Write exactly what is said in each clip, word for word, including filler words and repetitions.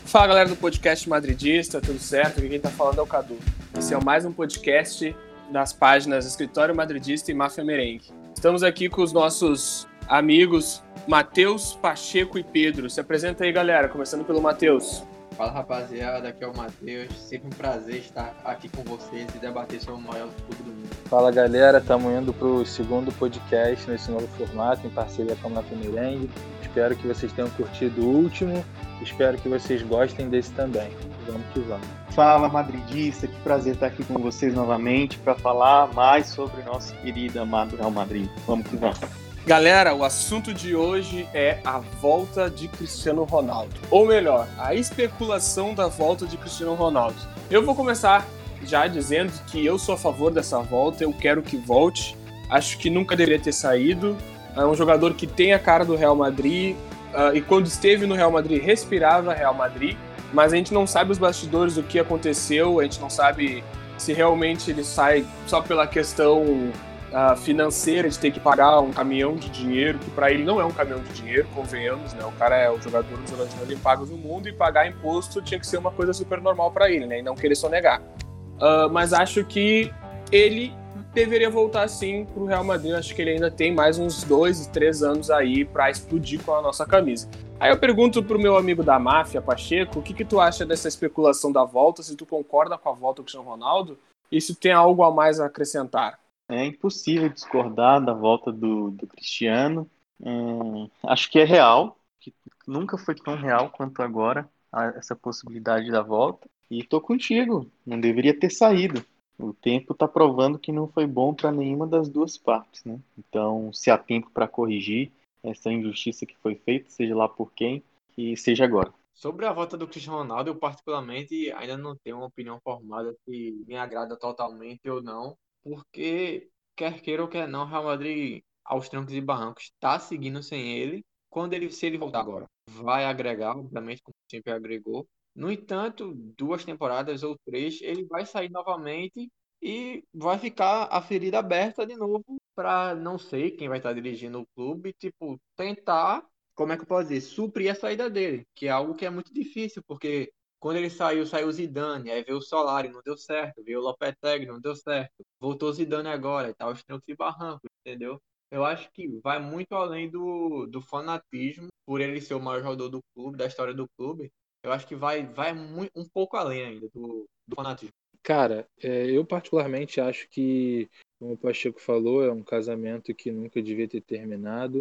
Fala, galera do podcast Madridista, tudo certo? Aqui quem tá falando é o Cadu. Esse é mais um podcast das páginas Escritório Madridista e Máfia Merengue. Estamos aqui com os nossos amigos Matheus, Pacheco e Pedro. Se apresenta aí, galera, começando pelo Matheus. Fala, rapaziada, aqui é o Matheus. Sempre um prazer estar aqui com vocês e debater sobre o maior clube do mundo. Fala, galera, estamos indo para o segundo podcast nesse novo formato, em parceria com a Máfia Merengue. Espero que vocês tenham curtido o último, espero que vocês gostem desse também. Vamos que vamos. Fala, madridista, que prazer estar aqui com vocês novamente para falar mais sobre o nosso querido amado Real Madrid. Vamos que vamos. Galera, o assunto de hoje é a volta de Cristiano Ronaldo. Ou melhor, a especulação da volta de Cristiano Ronaldo. Eu vou começar já dizendo que eu sou a favor dessa volta, eu quero que volte. Acho que nunca deveria ter saído. É um jogador que tem a cara do Real Madrid, uh, e quando esteve no Real Madrid respirava Real Madrid, mas a gente não sabe os bastidores do que aconteceu, a gente não sabe se realmente ele sai só pela questão uh, financeira de ter que pagar um caminhão de dinheiro, que para ele não é um caminhão de dinheiro, convenhamos, né? O cara é o jogador dos jogadores pagos no mundo e pagar imposto tinha que ser uma coisa super normal para ele, né? E não querer sonegar. Uh, mas acho que ele deveria voltar sim pro Real Madrid. Acho que ele ainda tem mais uns dois, três anos aí para explodir com a nossa camisa. Aí eu pergunto pro meu amigo da máfia, Pacheco, o que que tu acha dessa especulação da volta, se tu concorda com a volta do Cristiano Ronaldo e se tem algo a mais a acrescentar? É impossível discordar da volta do, do Cristiano. Hum, acho que é real, que nunca foi tão real quanto agora, essa possibilidade da volta. E tô contigo, não deveria ter saído. O tempo está provando que não foi bom para nenhuma das duas partes, né? Então, se há tempo para corrigir essa injustiça que foi feita, seja lá por quem, que seja agora. Sobre a volta do Cristiano Ronaldo, eu particularmente ainda não tenho uma opinião formada se me agrada totalmente ou não, porque quer queira ou quer não, o Real Madrid, aos trancos e barrancos, está seguindo sem ele. Quando ele, se ele voltar agora, vai agregar, obviamente, como sempre agregou. No entanto, duas temporadas ou três, ele vai sair novamente e vai ficar a ferida aberta de novo para não sei quem vai estar dirigindo o clube, tipo, tentar, como é que eu posso dizer, suprir a saída dele, que é algo que é muito difícil, porque quando ele saiu, saiu o Zidane, aí veio o Solari, não deu certo, veio o Lopetegui, não deu certo, voltou o Zidane agora, e tá os trancos e barrancos, entendeu? Eu acho que vai muito além do, do fanatismo, por ele ser o maior jogador do clube, da história do clube. Eu acho que vai, vai muito, um pouco além ainda do, do fanatismo. Cara, é, eu particularmente acho que, como o Pacheco falou, é um casamento que nunca devia ter terminado.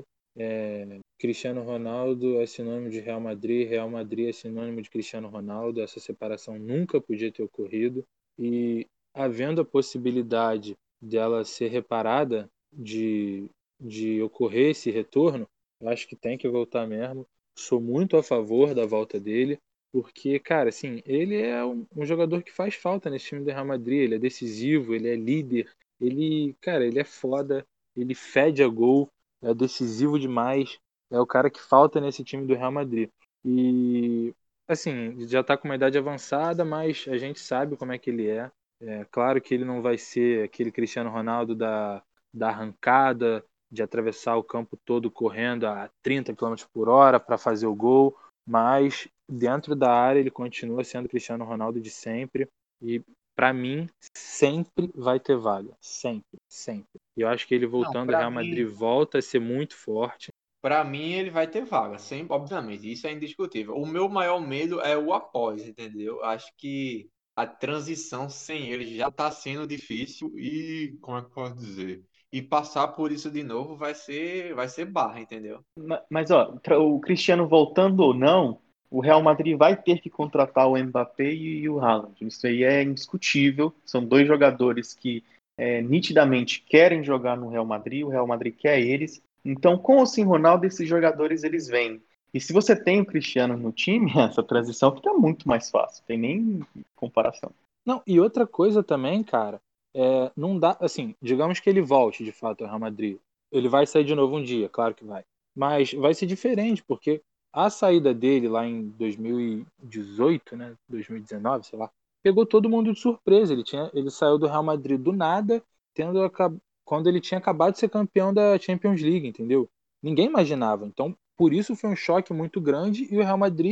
É, Cristiano Ronaldo é sinônimo de Real Madrid, Real Madrid é sinônimo de Cristiano Ronaldo. Essa separação nunca podia ter ocorrido. E havendo a possibilidade dela ser reparada, de, de ocorrer esse retorno, eu acho que tem que voltar mesmo. Sou muito a favor da volta dele. Porque, cara, assim, ele é um, um jogador que faz falta nesse time do Real Madrid. Ele é decisivo, ele é líder. Ele, cara, ele é foda. Ele fede a gol, é decisivo demais. É o cara que falta nesse time do Real Madrid. E, assim, já tá com uma idade avançada, mas a gente sabe como é que ele é. É claro que ele não vai ser aquele Cristiano Ronaldo da, da arrancada, de atravessar o campo todo correndo a trinta quilômetros por hora para fazer o gol. Mas dentro da área ele continua sendo Cristiano Ronaldo de sempre e para mim sempre vai ter vaga, sempre, sempre. E eu acho que ele voltando ao Real Madrid mim, volta a ser muito forte. Para mim ele vai ter vaga, sempre, obviamente, isso é indiscutível. O meu maior medo é o após, entendeu? Acho que a transição sem ele já está sendo difícil e como é que eu posso dizer? E passar por isso de novo vai ser, vai ser barra, entendeu? Mas, mas ó, o Cristiano voltando ou não, o Real Madrid vai ter que contratar o Mbappé e o Haaland. Isso aí é indiscutível. São dois jogadores que é, nitidamente querem jogar no Real Madrid, o Real Madrid quer eles. Então, com ou sem Ronaldo, esses jogadores eles vêm. E se você tem o Cristiano no time, essa transição fica muito mais fácil. Tem nem comparação. Não, e outra coisa também, cara, é, não dá, assim, digamos que ele volte de fato ao Real Madrid. Ele vai sair de novo um dia, claro que vai. Mas vai ser diferente, porque a saída dele lá em dois mil e dezoito, né, dois mil e dezenove, sei lá, pegou todo mundo de surpresa. Ele, tinha, ele saiu do Real Madrid do nada, tendo quando ele tinha acabado de ser campeão da Champions League, entendeu? Ninguém imaginava. Então, por isso foi um choque muito grande e o Real Madrid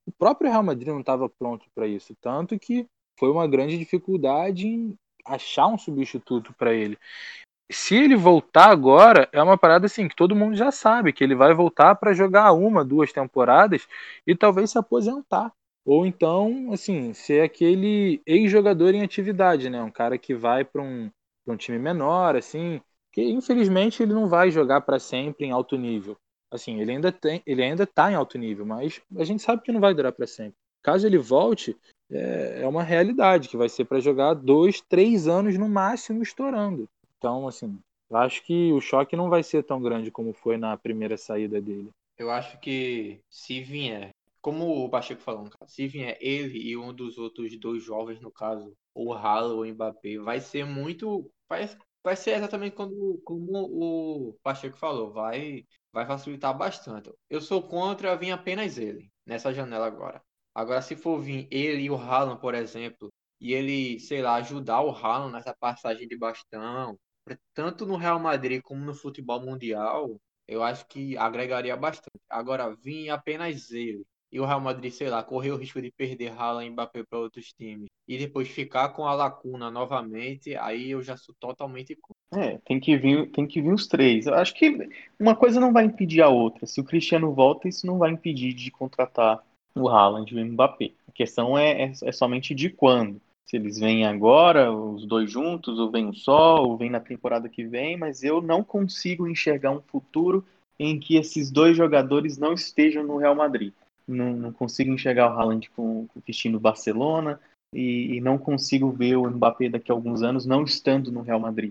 o próprio Real Madrid não estava pronto para isso, tanto que foi uma grande dificuldade em achar um substituto para ele. Se ele voltar agora, é uma parada assim que todo mundo já sabe, que ele vai voltar para jogar uma, duas temporadas e talvez se aposentar. Ou então, assim, ser aquele ex-jogador em atividade, né? Um cara que vai para um, pra um time menor, assim, que infelizmente ele não vai jogar para sempre em alto nível. Assim, ele ainda tem, ele ainda tá em alto nível, mas a gente sabe que não vai durar para sempre. Caso ele volte, é, é uma realidade que vai ser para jogar dois, três anos no máximo estourando. Então, assim, eu acho que o choque não vai ser tão grande como foi na primeira saída dele. Eu acho que se vier, como o Pacheco falou, no caso, se vier ele e um dos outros dois jovens, no caso, o Haaland ou o Mbappé, vai ser muito. Vai, vai ser exatamente quando, como o Pacheco falou, vai, vai facilitar bastante. Eu sou contra vir apenas ele, nessa janela agora. Agora, se for vir ele e o Haaland, por exemplo, e ele, sei lá, ajudar o Haaland nessa passagem de bastão, tanto no Real Madrid como no futebol mundial, eu acho que agregaria bastante. Agora, vir apenas ele e o Real Madrid, sei lá, correr o risco de perder Haaland e Mbappé para outros times e depois ficar com a lacuna novamente, aí eu já sou totalmente contra. É, tem que vir, tem que vir os três. Eu acho que uma coisa não vai impedir a outra. Se o Cristiano volta, isso não vai impedir de contratar o Haaland e o Mbappé. A questão é, é, é somente de quando. Se eles vêm agora, os dois juntos, ou vem um só, ou vem na temporada que vem, mas eu não consigo enxergar um futuro em que esses dois jogadores não estejam no Real Madrid. Não, não consigo enxergar o Haaland com, com vestindo Barcelona e, e não consigo ver o Mbappé daqui a alguns anos não estando no Real Madrid.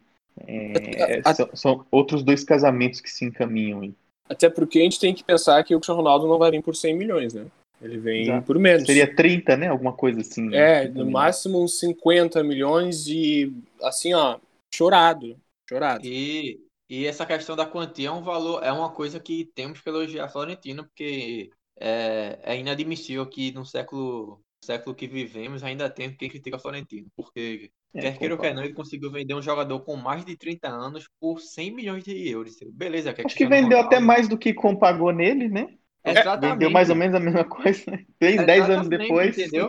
É, A- são, são outros dois casamentos que se encaminham, hein? Até porque a gente tem que pensar que o Cristiano Ronaldo não vai vir por cem milhões, né? Ele vem Exato. por menos. Seria trinta, né? Alguma coisa assim, né? É, Se não no me engano. máximo uns cinquenta milhões e, assim, ó, chorado. Chorado. E, e essa questão da quantia é um valor, é uma coisa que temos que elogiar a Florentino, porque é, é inadmissível que no século, século que vivemos ainda tem quem critica a Florentino, porque É, quer queira ou quer concordo. não, ele conseguiu vender um jogador com mais de trinta anos por cem milhões de euros. Beleza, que é Acho que Cristiano vendeu até Ronaldo. mais do que com pagou nele, né? Vendeu mais ou Exatamente, menos a mesma coisa, né? Três, dez anos exatamente, depois. entendeu?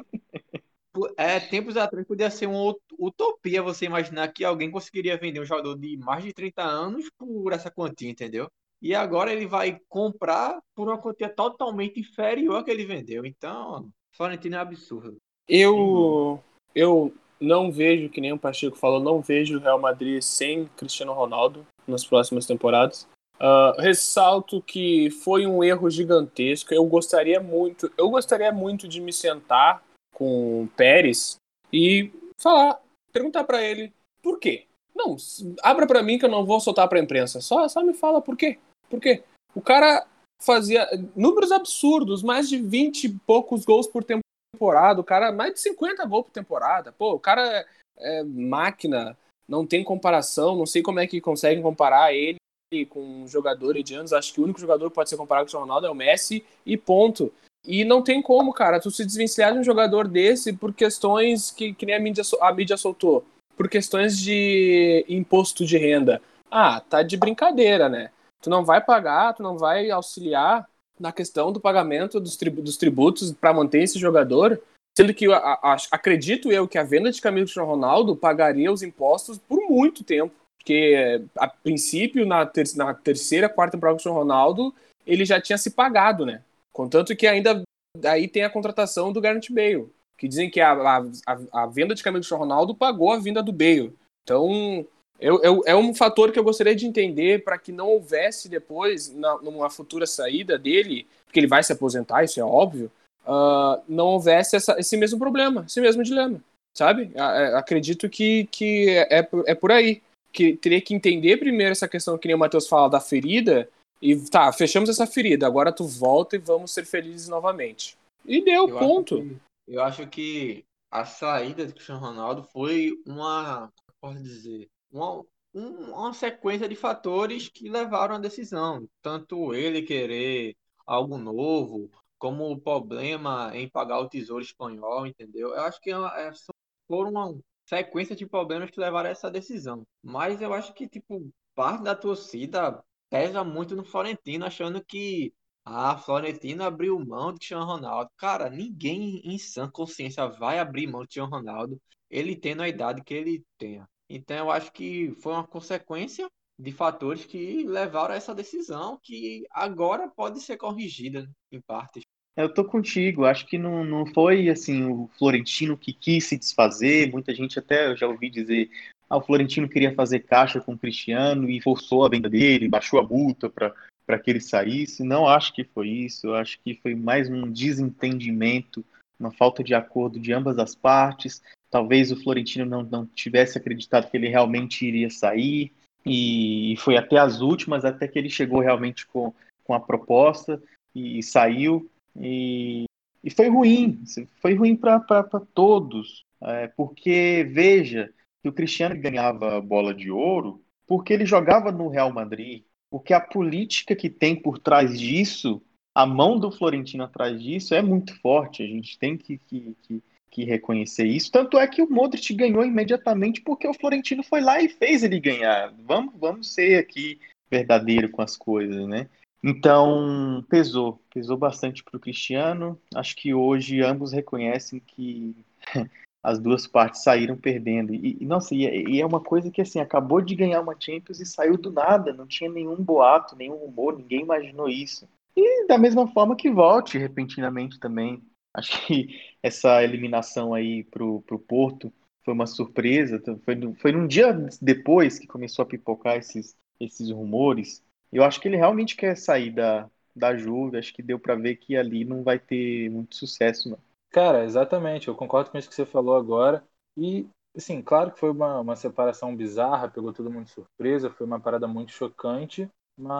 É, tempos atrás podia ser uma ut- utopia você imaginar que alguém conseguiria vender um jogador de mais de trinta anos por essa quantia, entendeu? E agora ele vai comprar por uma quantia totalmente inferior à que ele vendeu. Então, Florentino é absurdo. Sem dúvida. Eu, eu não vejo, que nem o Pacheco falou, não vejo o Real Madrid sem Cristiano Ronaldo nas próximas temporadas. Ah, ressalto que foi um erro gigantesco. Eu gostaria muito, eu gostaria muito de me sentar com o Pérez e falar, perguntar pra ele por quê. Não, s- abra pra mim que eu não vou soltar pra imprensa. Só, só me fala por quê. Por quê? O cara fazia números absurdos, mais de vinte e poucos gols por temporada. O cara, mais de cinquenta gols por temporada. Pô, o cara é, é máquina, não tem comparação. Não sei como é que conseguem comparar ele com um jogador de anos. Acho que o único jogador que pode ser comparado com o Ronaldo é o Messi e ponto. E não tem como, cara, tu se desvencilhar de um jogador desse por questões que, que nem a mídia, a mídia soltou. Por questões de imposto de renda. Ah, tá de brincadeira, né? Tu não vai pagar, tu não vai auxiliar na questão do pagamento dos, tribu dos tributos para manter esse jogador, sendo que a, a, acredito eu que a venda de camisa do Cristiano Ronaldo pagaria os impostos por muito tempo. Porque, a princípio, na, ter na terceira, quarta temporada do Cristiano Ronaldo, ele já tinha se pagado, né? Contanto que ainda daí tem a contratação do Gareth Bale, que dizem que a, a, a venda de camisa do Cristiano Ronaldo pagou a vinda do Bale. Então, eu, eu, é um fator que eu gostaria de entender para que não houvesse depois, na, numa futura saída dele, porque ele vai se aposentar, isso é óbvio, uh, não houvesse essa, esse mesmo problema, esse mesmo dilema, sabe? A, a, acredito que, que é, é, é por aí. Que teria que entender primeiro essa questão que nem o Matheus fala da ferida, e tá, fechamos essa ferida, agora tu volta e vamos ser felizes novamente. E deu, Eu acho ponto. que, eu acho que a saída do Cristiano Ronaldo foi uma, como posso dizer, uma, um- uma sequência de fatores que levaram à decisão. Tanto ele querer algo novo, como o problema em pagar o Tesouro Espanhol, entendeu? Eu acho que é uma- é- são- foram uma sequência de problemas que levaram a essa decisão. Mas eu acho que, tipo, parte da torcida pesa muito no Florentino, achando que a Florentino abriu mão de Cristiano Ronaldo. Cara, ninguém em sã consciência vai abrir mão de Cristiano Ronaldo, ele tendo a idade que ele tenha. Então eu acho que foi uma consequência de fatores que levaram a essa decisão, que agora pode ser corrigida, né, em partes. Eu tô contigo, acho que não, não foi assim o Florentino que quis se desfazer, muita gente até eu já ouvi dizer, ah, o Florentino queria fazer caixa com o Cristiano e forçou a venda dele, baixou a multa para para que ele saísse. Não acho que foi isso, eu acho que foi mais um desentendimento, uma falta de acordo de ambas as partes. Talvez o Florentino não, não tivesse acreditado que ele realmente iria sair e foi até as últimas, até que ele chegou realmente com, com a proposta e saiu. E, e foi ruim, foi ruim para todos, é, porque veja que o Cristiano ganhava bola de ouro porque ele jogava no Real Madrid, porque a política que tem por trás disso, a mão do Florentino atrás disso é muito forte, a gente tem que, que, que, que reconhecer isso. Tanto é que o Modric ganhou imediatamente porque o Florentino foi lá e fez ele ganhar. Vamos, vamos ser aqui verdadeiro com as coisas, né? Então, pesou, pesou bastante para o Cristiano. Acho que hoje ambos reconhecem que as duas partes saíram perdendo. E, e, nossa, e, é- e é uma coisa que assim, acabou de ganhar uma Champions e saiu do nada, não tinha nenhum boato, nenhum rumor, ninguém imaginou isso. E da mesma forma que volte repentinamente também. Acho que essa eliminação aí pro, pro Porto foi uma surpresa. Foi, no- foi num dia depois que começou a pipocar esses, esses rumores. Eu acho que ele realmente quer sair da, da Juve. Acho que deu para ver que ali não vai ter muito sucesso, não. Cara, exatamente, eu concordo com isso que você falou agora. E, assim, claro que foi uma, uma separação bizarra, pegou todo mundo de surpresa, foi uma parada muito chocante,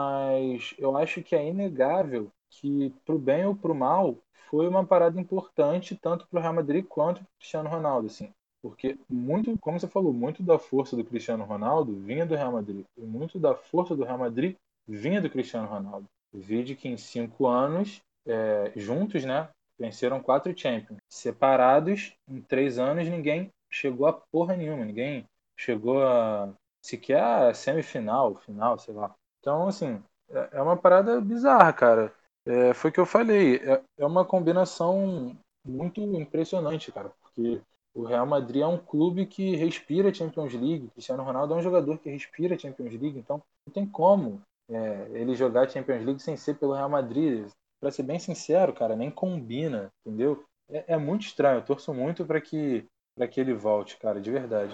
mas eu acho que é inegável que, pro bem ou pro mal, foi uma parada importante tanto pro Real Madrid quanto pro Cristiano Ronaldo, assim. Porque muito, como você falou, muito da força do Cristiano Ronaldo vinha do Real Madrid, e muito da força do Real Madrid vinha do Cristiano Ronaldo. Vide que em cinco anos, é, juntos, né? Venceram quatro Champions. Separados, em três anos, ninguém chegou a porra nenhuma. Ninguém chegou a sequer a semifinal, final, sei lá. Então, assim, é é uma parada bizarra, cara. É, foi o que eu falei. É, é uma combinação muito impressionante, cara. Porque o Real Madrid é um clube que respira Champions League. O Cristiano Ronaldo é um jogador que respira Champions League. Então, não tem como é, ele jogar Champions League sem ser pelo Real Madrid. Pra ser bem sincero, cara, nem combina, entendeu? É, é muito estranho. Eu torço muito pra que, para que ele volte, cara, de verdade.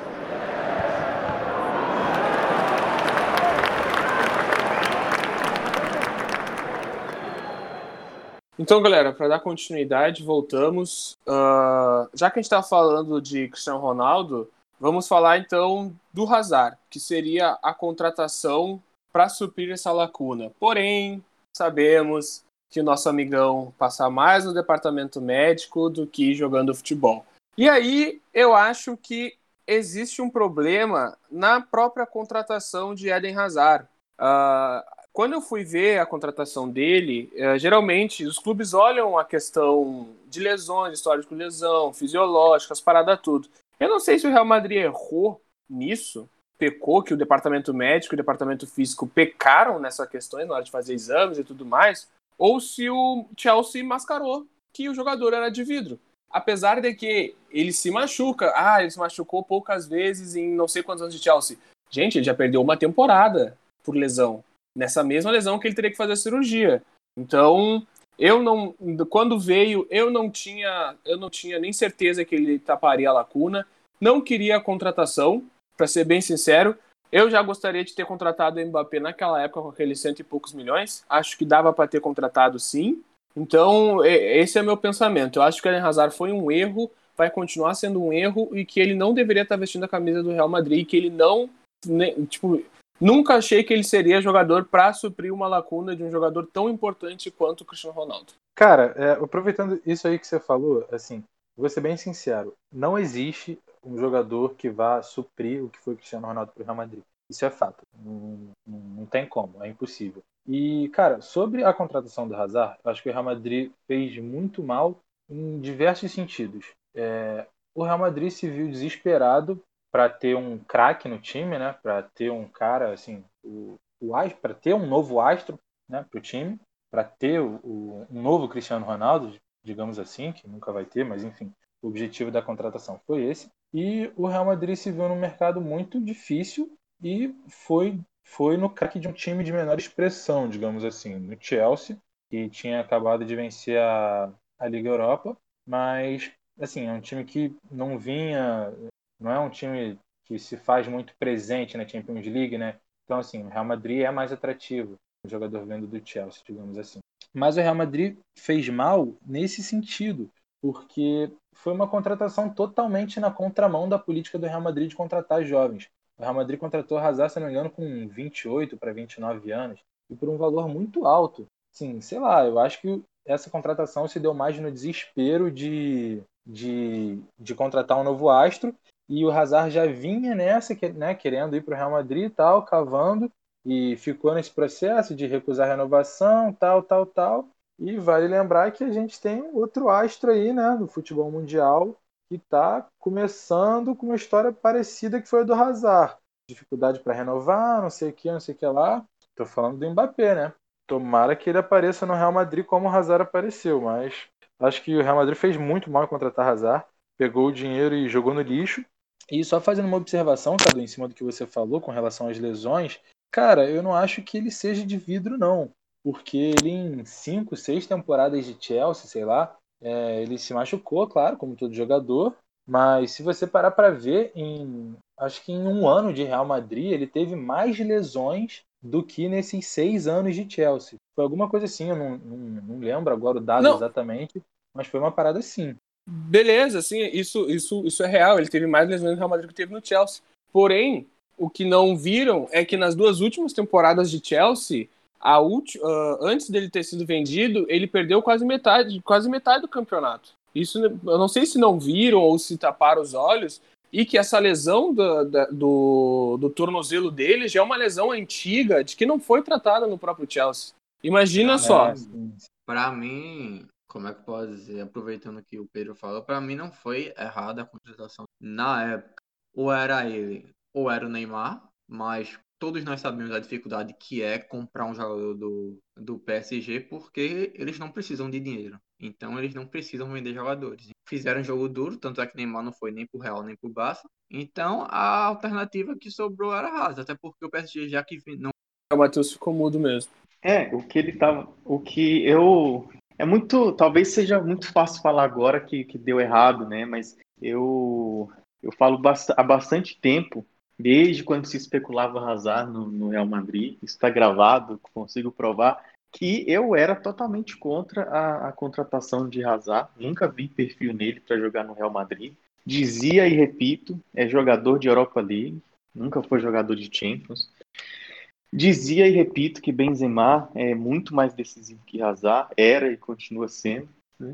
Então, galera, para dar continuidade, voltamos. Uh, já que a gente está falando de Cristiano Ronaldo, vamos falar então do Hazard, que seria a contratação para suprir essa lacuna. Porém, sabemos que o nosso amigão passa mais no departamento médico do que jogando futebol. E aí, eu acho que existe um problema na própria contratação de Eden Hazard. Uh, quando eu fui ver a contratação dele, uh, geralmente os clubes olham a questão de lesões, histórico de lesão, fisiológicas, paradas tudo. Eu não sei se o Real Madrid errou nisso, pecou, que o departamento médico e o departamento físico pecaram nessa questão na hora de fazer exames e tudo mais, ou se o Chelsea mascarou que o jogador era de vidro. Apesar de que ele se machuca, ah, ele se machucou poucas vezes em não sei quantos anos de Chelsea. Gente, ele já perdeu uma temporada por lesão, nessa mesma lesão que ele teria que fazer a cirurgia. Então, eu não, quando veio, eu não tinha, eu não tinha nem certeza que ele taparia a lacuna. Não queria a contratação, para ser bem sincero. Eu já gostaria de ter contratado o Mbappé naquela época com aqueles cento e poucos milhões. Acho que dava para ter contratado, sim. Então, esse é meu pensamento. Eu acho que o Eden Hazard foi um erro, vai continuar sendo um erro e que ele não deveria estar vestindo a camisa do Real Madrid, que ele não, tipo, nunca achei que ele seria jogador para suprir uma lacuna de um jogador tão importante quanto o Cristiano Ronaldo. Cara, é, aproveitando isso aí que você falou, assim, vou ser bem sincero, não existe um jogador que vá suprir o que foi o Cristiano Ronaldo para o Real Madrid. Isso é fato. Não, não, não tem como, é impossível. E, cara, sobre a contratação do Hazard, eu acho que o Real Madrid fez muito mal em diversos sentidos. É, o Real Madrid se viu desesperado para ter um craque no time, né? Para ter um cara, assim, o, o para ter um novo astro, né, para o time. para ter o, o, um novo Cristiano Ronaldo, digamos assim, que nunca vai ter, mas enfim, o objetivo da contratação foi esse. E o Real Madrid se viu num mercado muito difícil e foi, foi no craque de um time de menor expressão, digamos assim, no Chelsea, que tinha acabado de vencer a, a Liga Europa, mas assim, é um time que não vinha, não é um time que se faz muito presente na Champions League, né? Então, assim, o Real Madrid é mais atrativo, o jogador vindo do Chelsea, digamos assim. Mas o Real Madrid fez mal nesse sentido, porque foi uma contratação totalmente na contramão da política do Real Madrid de contratar jovens. O Real Madrid contratou Hazard, se não me engano, com vinte e oito para vinte e nove anos, e por um valor muito alto. Sim, sei lá, eu acho que essa contratação se deu mais no desespero de, de, de contratar um novo astro, e o Hazard já vinha nessa, né, querendo ir para o Real Madrid e tal, cavando, e ficou nesse processo de recusar a renovação, tal, tal, tal. E vale lembrar que a gente tem outro astro aí, né, do futebol mundial, que está começando com uma história parecida que foi a do Hazard. Dificuldade para renovar, não sei o que, não sei o que lá. Estou falando do Mbappé, né? Tomara que ele apareça no Real Madrid como o Hazard apareceu, mas acho que o Real Madrid fez muito mal em contratar Hazard, pegou o dinheiro e jogou no lixo. E só fazendo uma observação, Cadu, em cima do que você falou com relação às lesões, cara, eu não acho que ele seja de vidro, não. Porque ele em cinco, seis temporadas de Chelsea, sei lá, é, ele se machucou, claro, como todo jogador. Mas se você parar para ver, em, acho que em um ano de Real Madrid, ele teve mais lesões do que nesses seis anos de Chelsea. Foi alguma coisa assim, eu não, não, não lembro agora o dado Não, exatamente, mas foi uma parada assim. beleza, assim, isso, isso, isso é real. Ele teve mais lesões no Real Madrid que teve no Chelsea. Porém, o que não viram é que nas duas últimas temporadas de Chelsea, a ulti, uh, antes dele ter sido vendido, ele perdeu quase metade, quase metade do campeonato. Isso eu não sei se não viram ou se taparam os olhos, e que essa lesão do, da, do, do tornozelo dele já é uma lesão antiga, de que não foi tratada no próprio Chelsea. Imagina Pra só. mim, pra mim, como é que pode dizer, aproveitando que o Pedro falou, pra mim não foi errada a contratação na época. Ou era ele, ou era o Neymar, mas todos nós sabemos a dificuldade que é comprar um jogador do, do P S G, porque eles não precisam de dinheiro. Então eles não precisam vender jogadores. Fizeram um jogo duro, tanto é que Neymar não foi nem pro Real nem pro Barça. Então a alternativa que sobrou era Hazard, até porque o P S G já que não. O Matheus ficou mudo mesmo. É, o que ele tava. O que eu. É muito. Talvez seja muito fácil falar agora que, que deu errado, né? Mas eu. Eu falo bast há bastante tempo, desde quando se especulava Hazard no, no Real Madrid, isso está gravado, consigo provar, que eu era totalmente contra a, a contratação de Hazard. Nunca vi perfil nele para jogar no Real Madrid. Dizia e repito, é jogador de Europa League, nunca foi jogador de Champions. Dizia e repito que Benzema é muito mais decisivo que Hazard, era e continua sendo, né?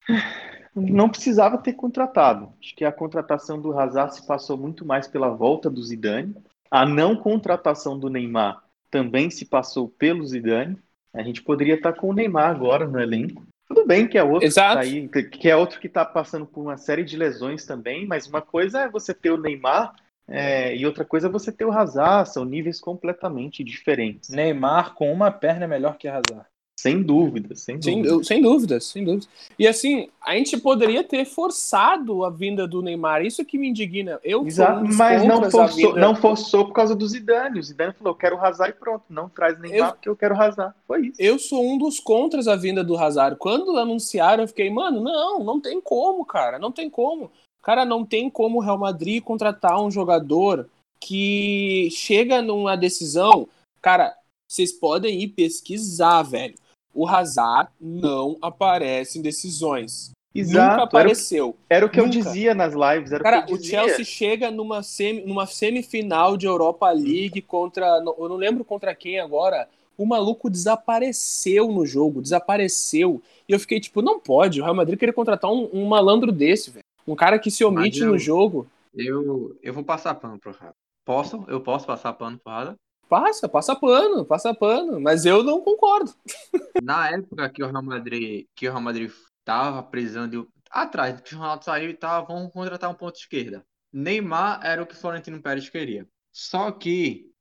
Não precisava ter contratado. Acho que a contratação do Hazard se passou muito mais pela volta do Zidane. A não contratação do Neymar também se passou pelo Zidane. A gente poderia estar com o Neymar agora no elenco. Tudo bem que é outro Exato. que está aí, que é outro que está passando por uma série de lesões também, mas uma coisa é você ter o Neymar, é, e outra coisa é você ter o Hazard, são níveis completamente diferentes. Neymar com uma perna é melhor que Hazard. Sem dúvida, sem Sem, dúvida. sem dúvidas, sem dúvidas. E assim, a gente poderia ter forçado a vinda do Neymar, isso que me indigna. Eu Exato, sou um dos mas não contras a forçou, vinda... não forçou por causa do Zidane. O Zidane falou, quero o Hazard e pronto. Não traz Neymar Eu, porque eu quero o Hazard. Foi isso. eu sou um dos contras a vinda do Hazard. Quando anunciaram, eu fiquei, mano, não, não tem como, cara, não tem como. Cara, não tem como o Real Madrid contratar um jogador que chega numa decisão... Cara, vocês podem ir pesquisar, velho. O Hazard não aparece em decisões. Exato, Nunca apareceu. Era o que, era o que eu Nunca. dizia nas lives. Era Cara, o que eu o dizia. Chelsea chega numa, semi, numa semifinal de Europa League contra... Eu não lembro contra quem agora. O maluco desapareceu no jogo. Desapareceu. E eu fiquei tipo, não pode. O Real Madrid queria contratar um, um malandro desse, velho. Um cara que se omite eu, no jogo. Eu, eu vou passar pano pro Hazard. Posso? Eu posso passar pano pro Hazard? Passa, passa pano, passa pano. Mas eu não concordo. Na época que o Real Madrid, que o Real Madrid tava precisando de, atrás, que o Ronaldo saiu e tava, vamos contratar um ponto de esquerda. Neymar era o que o Florentino Pérez queria. Só que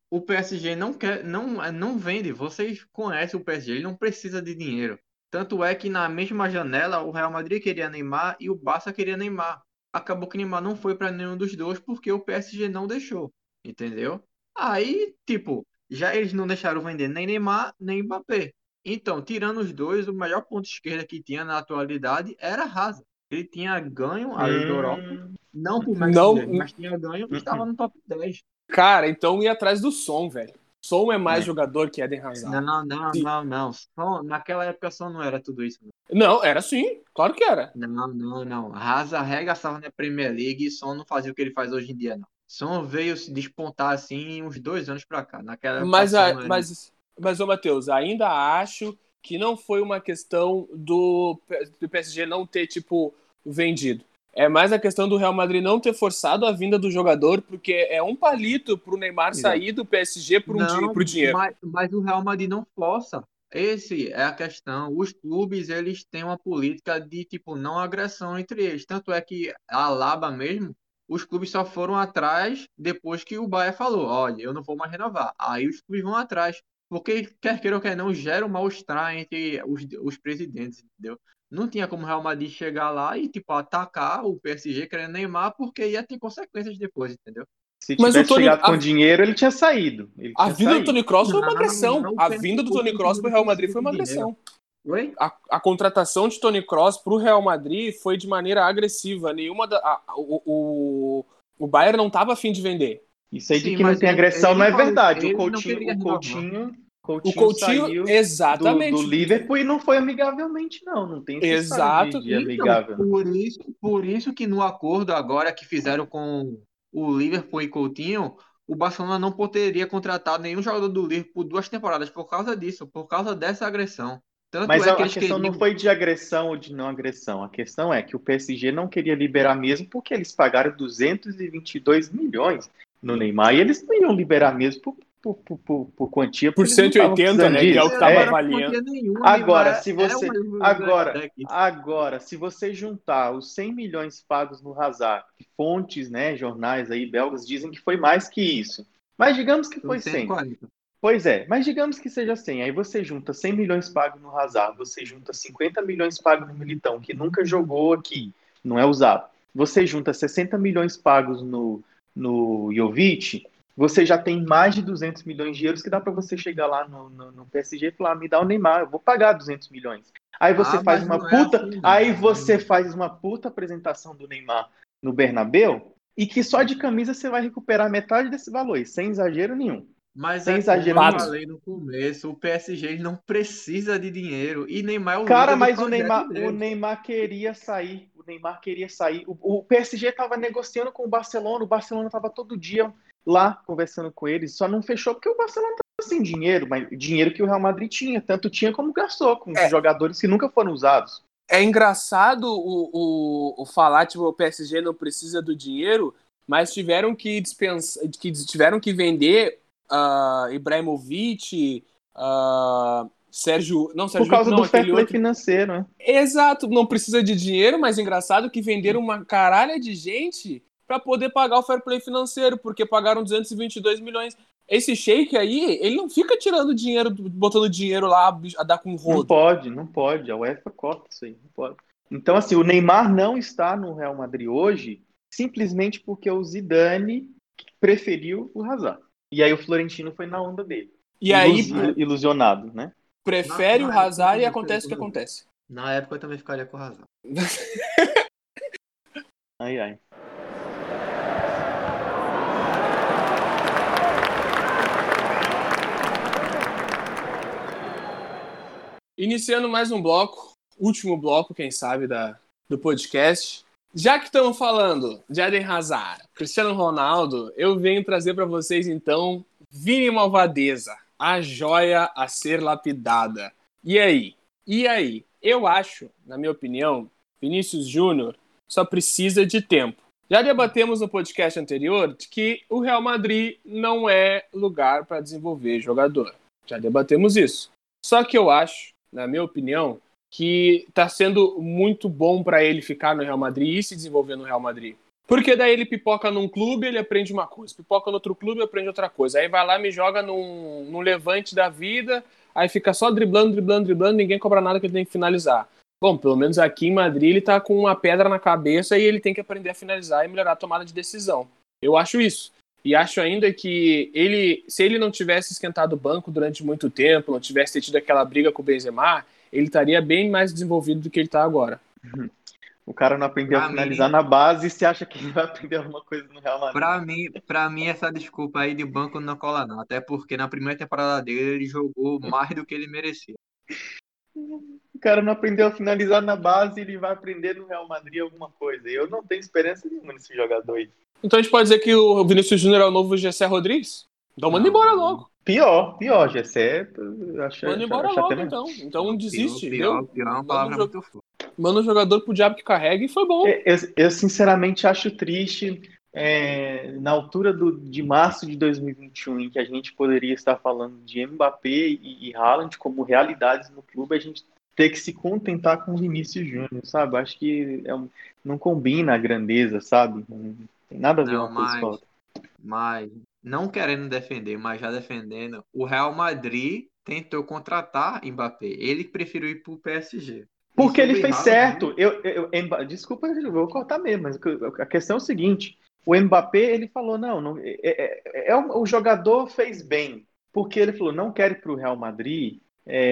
o P S G não quer, não, não vende. Vocês conhecem o P S G, ele não precisa de dinheiro. Tanto é que na mesma janela o Real Madrid queria Neymar e o Barça queria Neymar. Acabou que Neymar não foi para nenhum dos dois porque o P S G não deixou, entendeu? Aí, tipo, já eles não deixaram vender nem Neymar nem Mbappé. Então, tirando os dois, o melhor ponto esquerda que tinha na atualidade era Hazard. Ele tinha ganho a Liga Europa, Hum, não por mérito Não, dele, mas tinha ganho e estava uhum. no top dez. cara, então ia atrás do Som, velho. Som é mais É. jogador que Eden Hazard. Não, não, Se- não, não. Só, naquela época só não era tudo isso. Não, era sim, claro que era. Não, não, não. Hazard arregaçava na Premier League e Son não fazia o que ele faz hoje em dia, não. Son veio se despontar assim uns dois anos pra cá. Naquela época Mas, Son a- não era. mas, mas ô Matheus, ainda acho que não foi uma questão do, do P S G não ter, tipo, vendido. É mais a questão do Real Madrid não ter forçado a vinda do jogador, porque é um palito pro Neymar Exato. sair do P S G por um di- Não, pro dinheiro. mas, mas o Real Madrid não força. Esse é a questão. Os clubes, eles têm uma política de, tipo, não agressão entre eles. Tanto é que a Alaba mesmo, os clubes só foram atrás depois que o Bayern falou, olha, eu não vou mais renovar. Aí os clubes vão atrás. Porque, quer queira ou quer não, gera um mal-estar entre os, os presidentes, entendeu? Não tinha como o Real Madrid chegar lá e, tipo, atacar o P S G querendo Neymar, porque ia ter consequências depois, entendeu? Se Mas o tivesse Tony, chegado com a, dinheiro, ele tinha saído. Ele a tinha vinda do saído. Tony Kroos foi uma Não, agressão. não, o A P S G vinda do o Tony Kroos P S G pro não Real Madrid precisa foi de uma dinheiro. agressão. Oi? A, a contratação de Tony Kroos pro Real Madrid foi de maneira agressiva. Nenhuma da, a, o, o, o Bayern não estava afim de vender. Isso aí de Sim, que não mas tem ele, agressão ele não é falou, verdade. O ele não Coutinho, queria o renovar. Coutinho, O Coutinho Coutinho, saiu do, exatamente. do Liverpool e não foi amigavelmente, não. Não tem essa história de, Exato. de Então, amigável. por isso, por isso que no acordo agora que fizeram com o Liverpool e Coutinho, o Barcelona não poderia contratar nenhum jogador do Liverpool por duas temporadas por causa disso, por causa dessa agressão. Tanto Mas é a, que a eles questão não queriam. foi de agressão ou de não agressão. A questão é que o P S G não queria liberar mesmo porque eles pagaram duzentos e vinte e dois milhões no Neymar e eles não iam liberar mesmo por, por, por, por, por quantia, porque Por eles não cento e estavam oitenta, precisando né? Que é o Não que disso. estava era É. por avaliando. quantia nenhuma, Agora, Neymar se é você uma agora, daqui. agora, se você juntar os cem milhões pagos no Hazard, fontes, né, jornais aí belgas dizem que foi mais que isso. Mas digamos que São foi cem. cento e quarenta. Pois é, mas digamos que seja cem. Aí você junta cem milhões pagos no Hazard, você junta cinquenta milhões pagos no Militão, que nunca jogou aqui, não é usado. Você junta sessenta milhões pagos no, no Jovic, você já tem mais de duzentos milhões de euros que dá para você chegar lá no, no, no P S G e falar, me dá o Neymar, eu vou pagar duzentos milhões. Aí você Ah, faz mas uma não é puta, assim, não. aí você faz uma puta apresentação do Neymar no Bernabéu e que só de camisa você vai recuperar metade desse valor, sem exagero nenhum. Mas Sem é como exagero eu Fato. nenhum. falei no começo, o P S G ele não precisa de dinheiro e Neymar é o Cara, líder do mas o projeto Neymar, o dele. Neymar queria sair. O Neymar queria sair. O, o P S G estava negociando com o Barcelona. O Barcelona estava todo dia lá conversando com eles. Só não fechou porque o Barcelona estava sem dinheiro, mas dinheiro que o Real Madrid tinha. Tanto tinha como gastou com É. jogadores que nunca foram usados. É engraçado o, o, o falar, tipo, o P S G não precisa do dinheiro, mas tiveram que dispensar, que tiveram que vender uh, Ibrahimovic, uh, Sérgio, não, Sérgio Por causa não, do fair aquele play outro. financeiro, né? Exato, não precisa de dinheiro, mas engraçado que venderam uma caralha de gente para poder pagar o fair play financeiro, porque pagaram duzentos e vinte e dois milhões. Esse Sheik aí, ele não fica tirando dinheiro, botando dinheiro lá a dar com rodo. Não pode, não pode. A UEFA corta isso aí, não pode. Então, assim, o Neymar não está no Real Madrid hoje simplesmente porque o Zidane preferiu o Hazard. E aí o Florentino foi na onda dele. E aí, Ilus- ilusionado, né? prefere Na- o na Hazard e época, acontece o que eu- acontece. Na época eu também ficaria com razão. Ai, ai. Iniciando mais um bloco, último bloco, quem sabe, da, do podcast. Já que estamos falando de Eden Hazard, Cristiano Ronaldo, eu venho trazer para vocês, então, Vini Malvadeza, a joia a ser lapidada. E aí? E aí? Eu acho, na minha opinião, Vinícius Júnior só precisa de tempo. Já debatemos no podcast anterior de que o Real Madrid não é lugar para desenvolver jogador. Já debatemos isso. Só que eu acho, na minha opinião, que está sendo muito bom para ele ficar no Real Madrid e se desenvolver no Real Madrid. Porque daí ele pipoca num clube, ele aprende uma coisa. Pipoca no outro clube, aprende outra coisa. Aí vai lá, me joga num, num levante da vida, aí fica só driblando, driblando, driblando, ninguém cobra nada que ele tem que finalizar. Bom, pelo menos aqui em Madrid ele tá com uma pedra na cabeça e ele tem que aprender a finalizar e melhorar a tomada de decisão. Eu acho isso. E acho ainda que ele, se ele não tivesse esquentado o banco durante muito tempo, não tivesse tido aquela briga com o Benzema, ele estaria bem mais desenvolvido do que ele tá agora. O cara não aprendeu Pra a finalizar mim- na base e você acha que ele vai aprender alguma coisa no Real Madrid? Pra mim, pra mim, essa desculpa aí de banco não cola, não. Até porque na primeira temporada dele ele jogou mais do que ele merecia. O cara não aprendeu a finalizar na base e ele vai aprender no Real Madrid alguma coisa. Eu não tenho esperança nenhuma nesse jogador aí. Então a gente pode dizer que o Vinícius Júnior é o novo Gessé Rodrigues? Então manda Não, embora não. logo. Pior, pior, Gessé. eu Acho, Manda acho, embora acho logo, até então. Então Não, desiste, pior, pior, deu? pior é uma Manda palavra um, jo- muito forte. manda um jogador pro diabo que carrega e foi bom. Eu, eu, sinceramente acho triste, é, na altura do, de março de dois mil e vinte e um, em que a gente poderia estar falando de Mbappé e, e Haaland como realidades no clube, a gente ter que se contentar com o Vinícius Júnior, sabe? Acho que é um- não combina a grandeza, sabe? Não tem nada a ver Não, uma coisa com a mas, outra. mas não querendo defender, mas já defendendo, o Real Madrid tentou contratar Mbappé. Ele preferiu ir pro P S G. E Porque ele sobre fez Haaland, certo. Eu, eu, Mba- desculpa, eu vou cortar mesmo, mas a questão é o seguinte: o Mbappé ele falou, não, não é, é, é, o, o jogador fez bem, porque ele falou, não quero ir para o Real Madrid,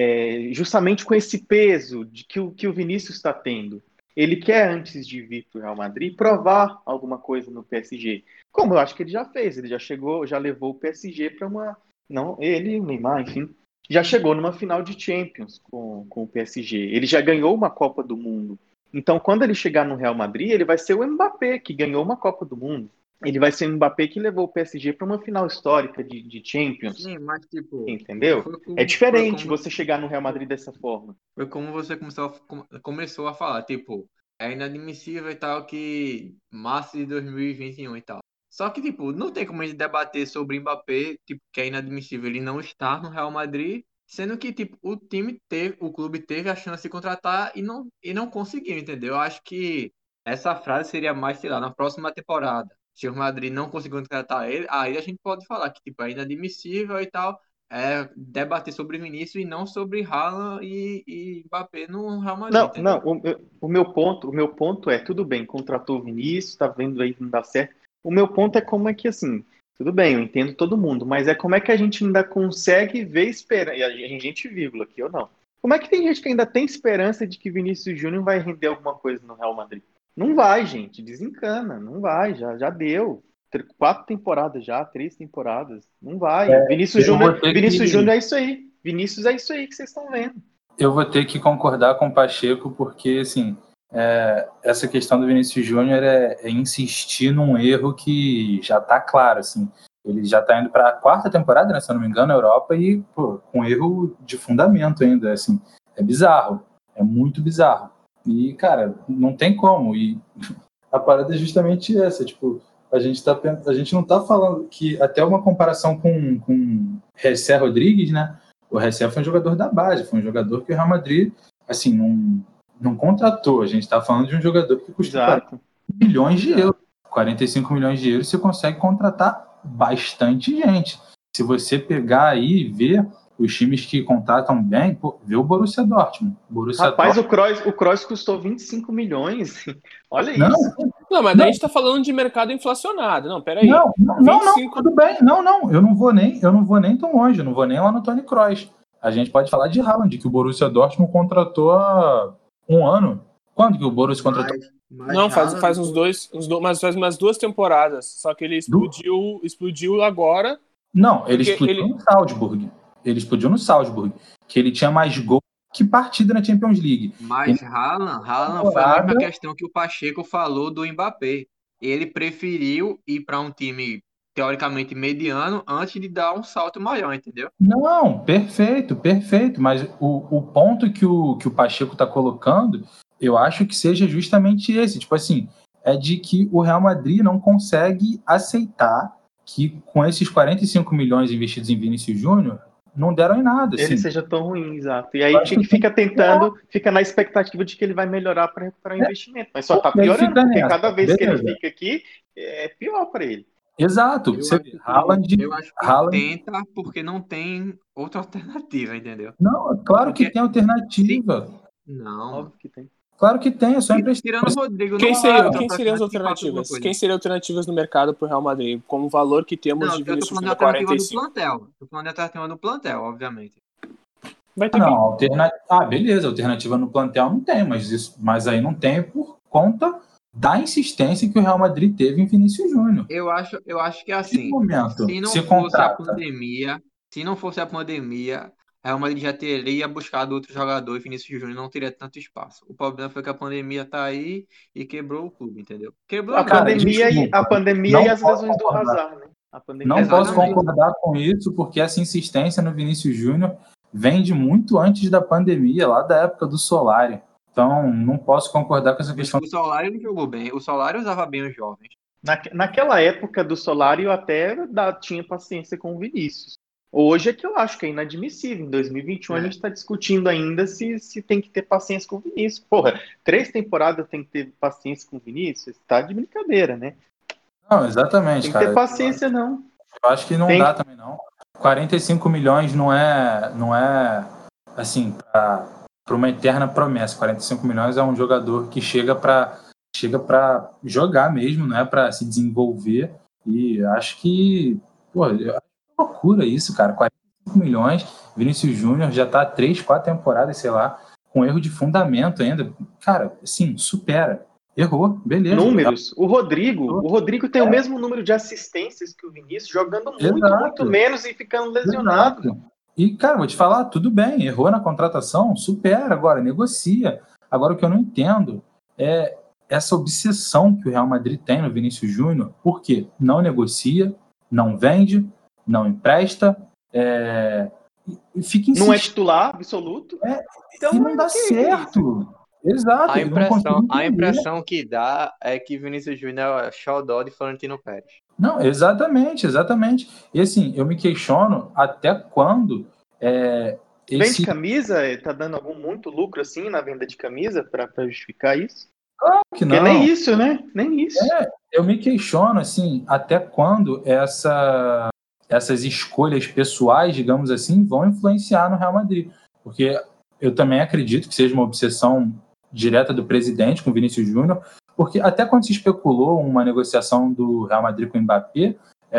é, justamente com esse peso de que o que o Vinícius está tendo. Ele quer, antes de vir para o Real Madrid, provar alguma coisa no P S G. Como eu acho que ele já fez, ele já chegou, já levou o P S G para uma. Não, ele, o Neymar, enfim, já chegou numa final de Champions com, com o P S G. Ele já ganhou uma Copa do Mundo. Então, quando ele chegar no Real Madrid, ele vai ser o Mbappé, que ganhou uma Copa do Mundo. Ele vai ser o Mbappé que levou o P S G para uma final histórica de, de Champions. sim, mas tipo, Entendeu? foi É como, foi diferente como, você chegar no Real Madrid dessa forma. foi como você começou a, com- começou a falar, tipo, é inadmissível e tal que março de dois mil e vinte e um e tal. Só que, tipo, não tem como a gente debater sobre Mbappé, tipo, que é inadmissível ele não estar no Real Madrid, sendo que, tipo, o time teve, o clube teve a chance de contratar e não, e não conseguiu, entendeu? Eu acho que essa frase seria mais, sei lá, na próxima temporada. Se o Real Madrid não conseguiu contratar ele, aí a gente pode falar que, tipo, é inadmissível e tal, é debater sobre Vinícius e não sobre Haaland e, e Mbappé no Real Madrid, Não, entendeu? não, o, meu- o meu ponto, o meu ponto é, tudo bem, contratou o Vinícius, tá vendo aí que não dá certo. O meu ponto é como é que, assim, tudo bem, eu entendo todo mundo, mas é como é que a gente ainda consegue ver esperança, e a gente, vírgula, aqui ou não. Como é que tem gente que ainda tem esperança de que Vinícius Júnior vai render alguma coisa no Real Madrid? Não vai, gente, desencana, não vai, já, já deu. Tr- Quatro temporadas já, três temporadas, não vai. Vinícius Eu vou Júnior, ter Vinícius que, Júnior é isso aí. Vinícius é isso aí que vocês estão vendo. eu vou ter que concordar com o Pacheco, porque, assim, é, essa questão do Vinícius Júnior é, é insistir num erro que já está claro, assim. Ele já está indo para a quarta temporada, né, se eu não me engano, na Europa, e, pô, com erro de fundamento ainda, assim. É bizarro, é muito bizarro. E, cara, não tem como. E a parada é justamente essa, tipo, a gente, tá, a gente não tá falando que, até uma comparação com, com Jessé Rodrigues, né? O Jessé foi um jogador da base, foi um jogador que o Real Madrid, assim, não, não contratou. A gente está falando de um jogador que custa quarenta milhões de euros. quarenta e cinco milhões de euros você consegue contratar bastante gente. Se você pegar aí e ver os times que contratam bem, pô, vê o Borussia Dortmund. Borussia Rapaz, Dortmund. o Kroos, o Kroos custou vinte e cinco milhões. Olha Não, isso. Não, mas daí Não. a gente tá falando de mercado inflacionado. Não, peraí. Não, não, não, vinte e cinco... não, tudo bem. Não, não, eu não vou nem, eu não vou nem tão longe, eu não vou nem lá no Toni Kroos. A gente pode falar de Haaland, que o Borussia Dortmund contratou há um ano. Quando que o Borussia contratou? Mas, mas Não, faz, Haaland, faz uns dois, uns do, mas faz umas duas temporadas. Só que ele explodiu, explodiu agora. Não, ele Porque explodiu ele- no Salzburg. Ele explodiu no Salzburg, que ele tinha mais gol que partida na Champions League. Mas Haaland, Haaland foi a mesma questão que o Pacheco falou do Mbappé. Ele preferiu ir para um time teoricamente mediano antes de dar um salto maior, entendeu? Não, perfeito, perfeito. Mas o, o ponto que o, que o Pacheco está colocando, eu acho que seja justamente esse. Tipo assim, é de que o Real Madrid não consegue aceitar que com esses quarenta e cinco milhões investidos em Vinícius Júnior, não deram em nada. Ele Assim. seja tão ruim, exato. E aí fica, fica tentando, fica na expectativa de que ele vai melhorar para recuperar o investimento. Mas só tá piorando, porque nessa. cada vez Beleza. que ele fica aqui, é pior para ele. Exato. Eu Você acho, vê, que, Haaland, eu acho que Haaland... tenta porque não tem outra alternativa, entendeu? Não, claro Porque que tem alternativa. Se... Não, mano. Óbvio que tem. Claro que tem, é só emprestar. Tirando o Rodrigo, Quem, não seria, existe quem seriam as alternativa que faça alguma alternativas? coisa. Quem seriam alternativas no mercado pro Real Madrid? Com o valor que temos Não, de eu tô Vinícius falando de Júnior alternativa quarenta e do cinco. plantel. Tô falando de alternativa do plantel, obviamente. Vai ter Não, quem? alterna... Ah, beleza, alternativa no plantel não tem, mas, isso... mas aí não tem por conta da insistência que o Real Madrid teve em Vinícius Júnior. Eu acho, eu acho que é Que assim, momento se não se fosse a contrata? pandemia, se não fosse a pandemia, a Real Madrid já teria buscado outro jogador e Vinícius Júnior não teria tanto espaço. O problema foi que a pandemia tá aí e quebrou o clube, entendeu? Quebrou A não, Cara, pandemia, e, desculpa, a pandemia não e as posso lesões do concordar. Hazard, né? A pandemia Não e as posso lesões do Hazard. concordar com isso, porque essa insistência no Vinícius Júnior vem de muito antes da pandemia, lá da época do Solari. Então, não posso concordar com essa questão. O Solari não jogou bem. O Solari usava bem os jovens. Na, naquela época do Solari, eu até da, tinha paciência com o Vinícius. Hoje é que eu acho que é inadmissível. Em dois mil e vinte e um É. a gente está discutindo ainda se, se tem que ter paciência com o Vinícius. Porra, três temporadas tem que ter paciência com o Vinícius? Tá de brincadeira, né? Não, exatamente, Tem que cara. ter paciência, não. Eu acho que não Tem dá que- também, não. quarenta e cinco milhões não é, não é assim, para uma eterna promessa. quarenta e cinco milhões é um jogador que chega para chega para jogar mesmo, não é para se desenvolver. E acho que, pô, eu acho loucura isso, cara. quarenta e cinco milhões, Vinícius Júnior já tá três, quatro temporadas, sei lá, com erro de fundamento ainda. Cara, assim, supera. Errou, beleza. Números. O Rodrigo, o Rodrigo tem É. o mesmo número de assistências que o Vinícius, jogando muito, Exato. muito menos e ficando lesionado. Exato. E, cara, vou te falar, tudo bem, errou na contratação, supera agora, negocia. Agora, o que eu não entendo é essa obsessão que o Real Madrid tem no Vinícius Júnior, porque não negocia, não vende, não empresta, é... e fica insistindo. Não é titular absoluto. É, então e não dá que- que certo. Exato. A eu não consigo impressão, a entender. impressão que dá é que Vinícius Júnior é xodó de Florentino Pérez. Não, exatamente, exatamente. E assim, eu me questiono até quando é, Vende esse... camisa, tá dando algum muito lucro assim na venda de camisa para justificar isso? Claro que Porque não. nem isso, né? Nem isso. É, eu me questiono, assim, até quando essa, essas escolhas pessoais, digamos assim, vão influenciar no Real Madrid. Porque eu também acredito que seja uma obsessão direta do presidente com o Vinícius Júnior, porque até quando se especulou uma negociação do Real Madrid com o Mbappé,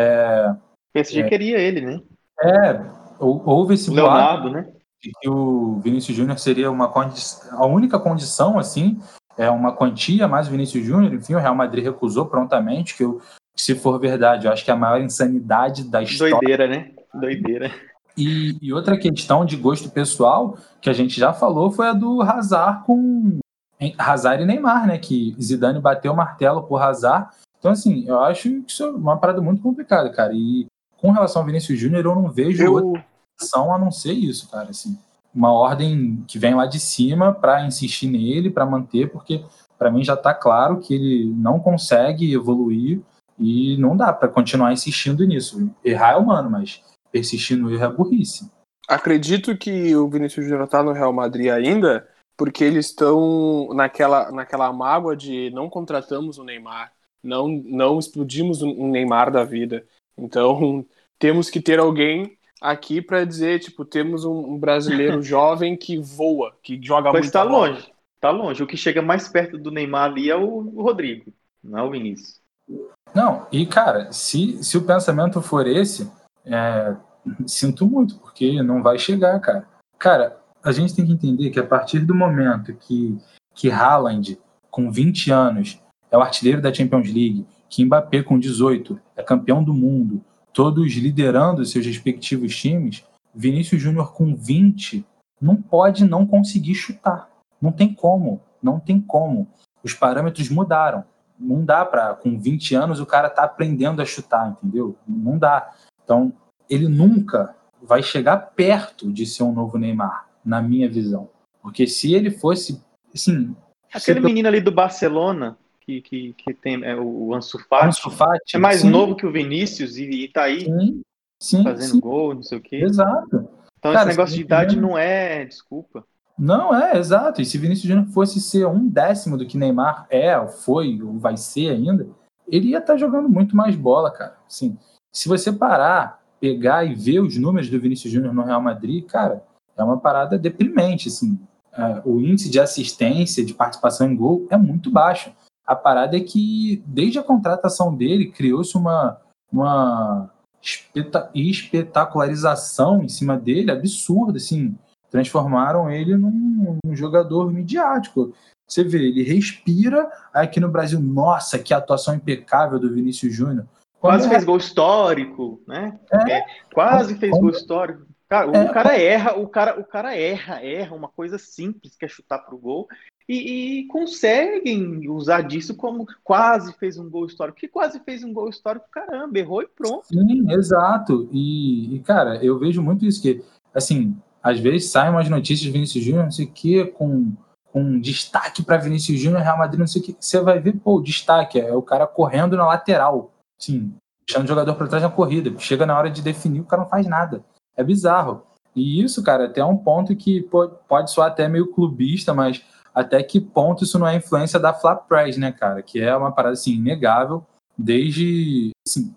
é, O P S G é, queria ele, né? é, houve esse O boato Leonardo, né? de que o Vinícius Júnior seria uma condição, a única condição, assim, é uma quantia mais o Vinícius Júnior. Enfim, o Real Madrid recusou prontamente, que eu, se for verdade, eu acho que é a maior insanidade da história. Doideira, né? Doideira. E, e outra questão de gosto pessoal, que a gente já falou, foi a do Hazard com Hazard e Neymar, né? Que Zidane bateu o martelo por Hazard. Então, assim, eu acho que isso é uma parada muito complicada, cara. E com relação ao Vinícius Júnior, eu não vejo Eu- outra opção a não ser isso, cara. Assim, uma ordem que vem lá de cima para insistir nele, para manter, porque para mim já está claro que ele não consegue evoluir e não dá para continuar insistindo nisso. Errar é humano, mas persistir no erro é burrice. Acredito que o Vinícius Júnior tá no Real Madrid ainda, porque eles estão naquela, naquela mágoa de não contratamos o Neymar, não, não explodimos um Neymar da vida. Então, temos que ter alguém aqui para dizer, tipo, temos um, um brasileiro jovem que voa, que joga Mas muito tá longe. Tá longe. O que chega mais perto do Neymar ali é o, o Rodrigo, não é o Vinícius. Não, e cara, se, se o pensamento for esse, é, sinto muito, porque não vai chegar, cara. Cara, a gente tem que entender que a partir do momento que, que Haaland, com vinte anos, é o artilheiro da Champions League, que Mbappé, com dezoito, é campeão do mundo, todos liderando seus respectivos times, Vinícius Júnior, com vinte, não pode não conseguir chutar. Não tem como, não tem como. Os parâmetros mudaram. Não dá para, com vinte anos, o cara tá aprendendo a chutar, entendeu? Não dá. Então, ele nunca vai chegar perto de ser um novo Neymar, na minha visão. Porque se ele fosse, assim... Aquele se- menino ali do Barcelona, que, que, que tem é, o Ansu Fati, Ansu Fati, é mais sim, novo que o Vinícius e, e tá aí Sim, sim, fazendo sim, gol, não sei o quê. exato. Então Cara, esse negócio de Vinícius idade Júnior- não é desculpa. Não é, exato. E se Vinícius Júnior fosse ser um décimo do que Neymar é, ou foi, ou vai ser ainda, ele ia estar jogando muito mais bola, cara. Assim, se você parar, pegar e ver os números do Vinícius Júnior no Real Madrid, cara, é uma parada deprimente, assim. É, o índice de assistência, de participação em gol é muito baixo. A parada é que, desde a contratação dele, criou-se uma, uma espeta- espetacularização em cima dele absurda, assim. Transformaram ele num, num jogador midiático. Você vê, ele respira. Aqui no Brasil, nossa, que atuação impecável do Vinícius Júnior. Quando Quase é, fez gol histórico, né? É, quase fez quando gol histórico. Cara, o é, cara erra, o cara, o cara erra, erra uma coisa simples que é chutar pro gol e, e conseguem usar disso como quase fez um gol histórico. Que quase fez um gol histórico, caramba, errou e pronto. sim, exato. E, e, cara, eu vejo muito isso que, assim, às vezes saem umas notícias de Vinícius Júnior, não sei o quê, com, com destaque para Vinícius Júnior, Real Madrid, não sei o quê. Você vai ver, pô, o destaque é o cara correndo na lateral, sim, deixando o jogador para trás na corrida. Chega na hora de definir, o cara não faz nada. É bizarro. E isso, cara, até é um ponto que pô, pode soar até meio clubista, mas até que ponto isso não é influência da Fla Press, né, cara? Que é uma parada, assim, inegável, desde, assim,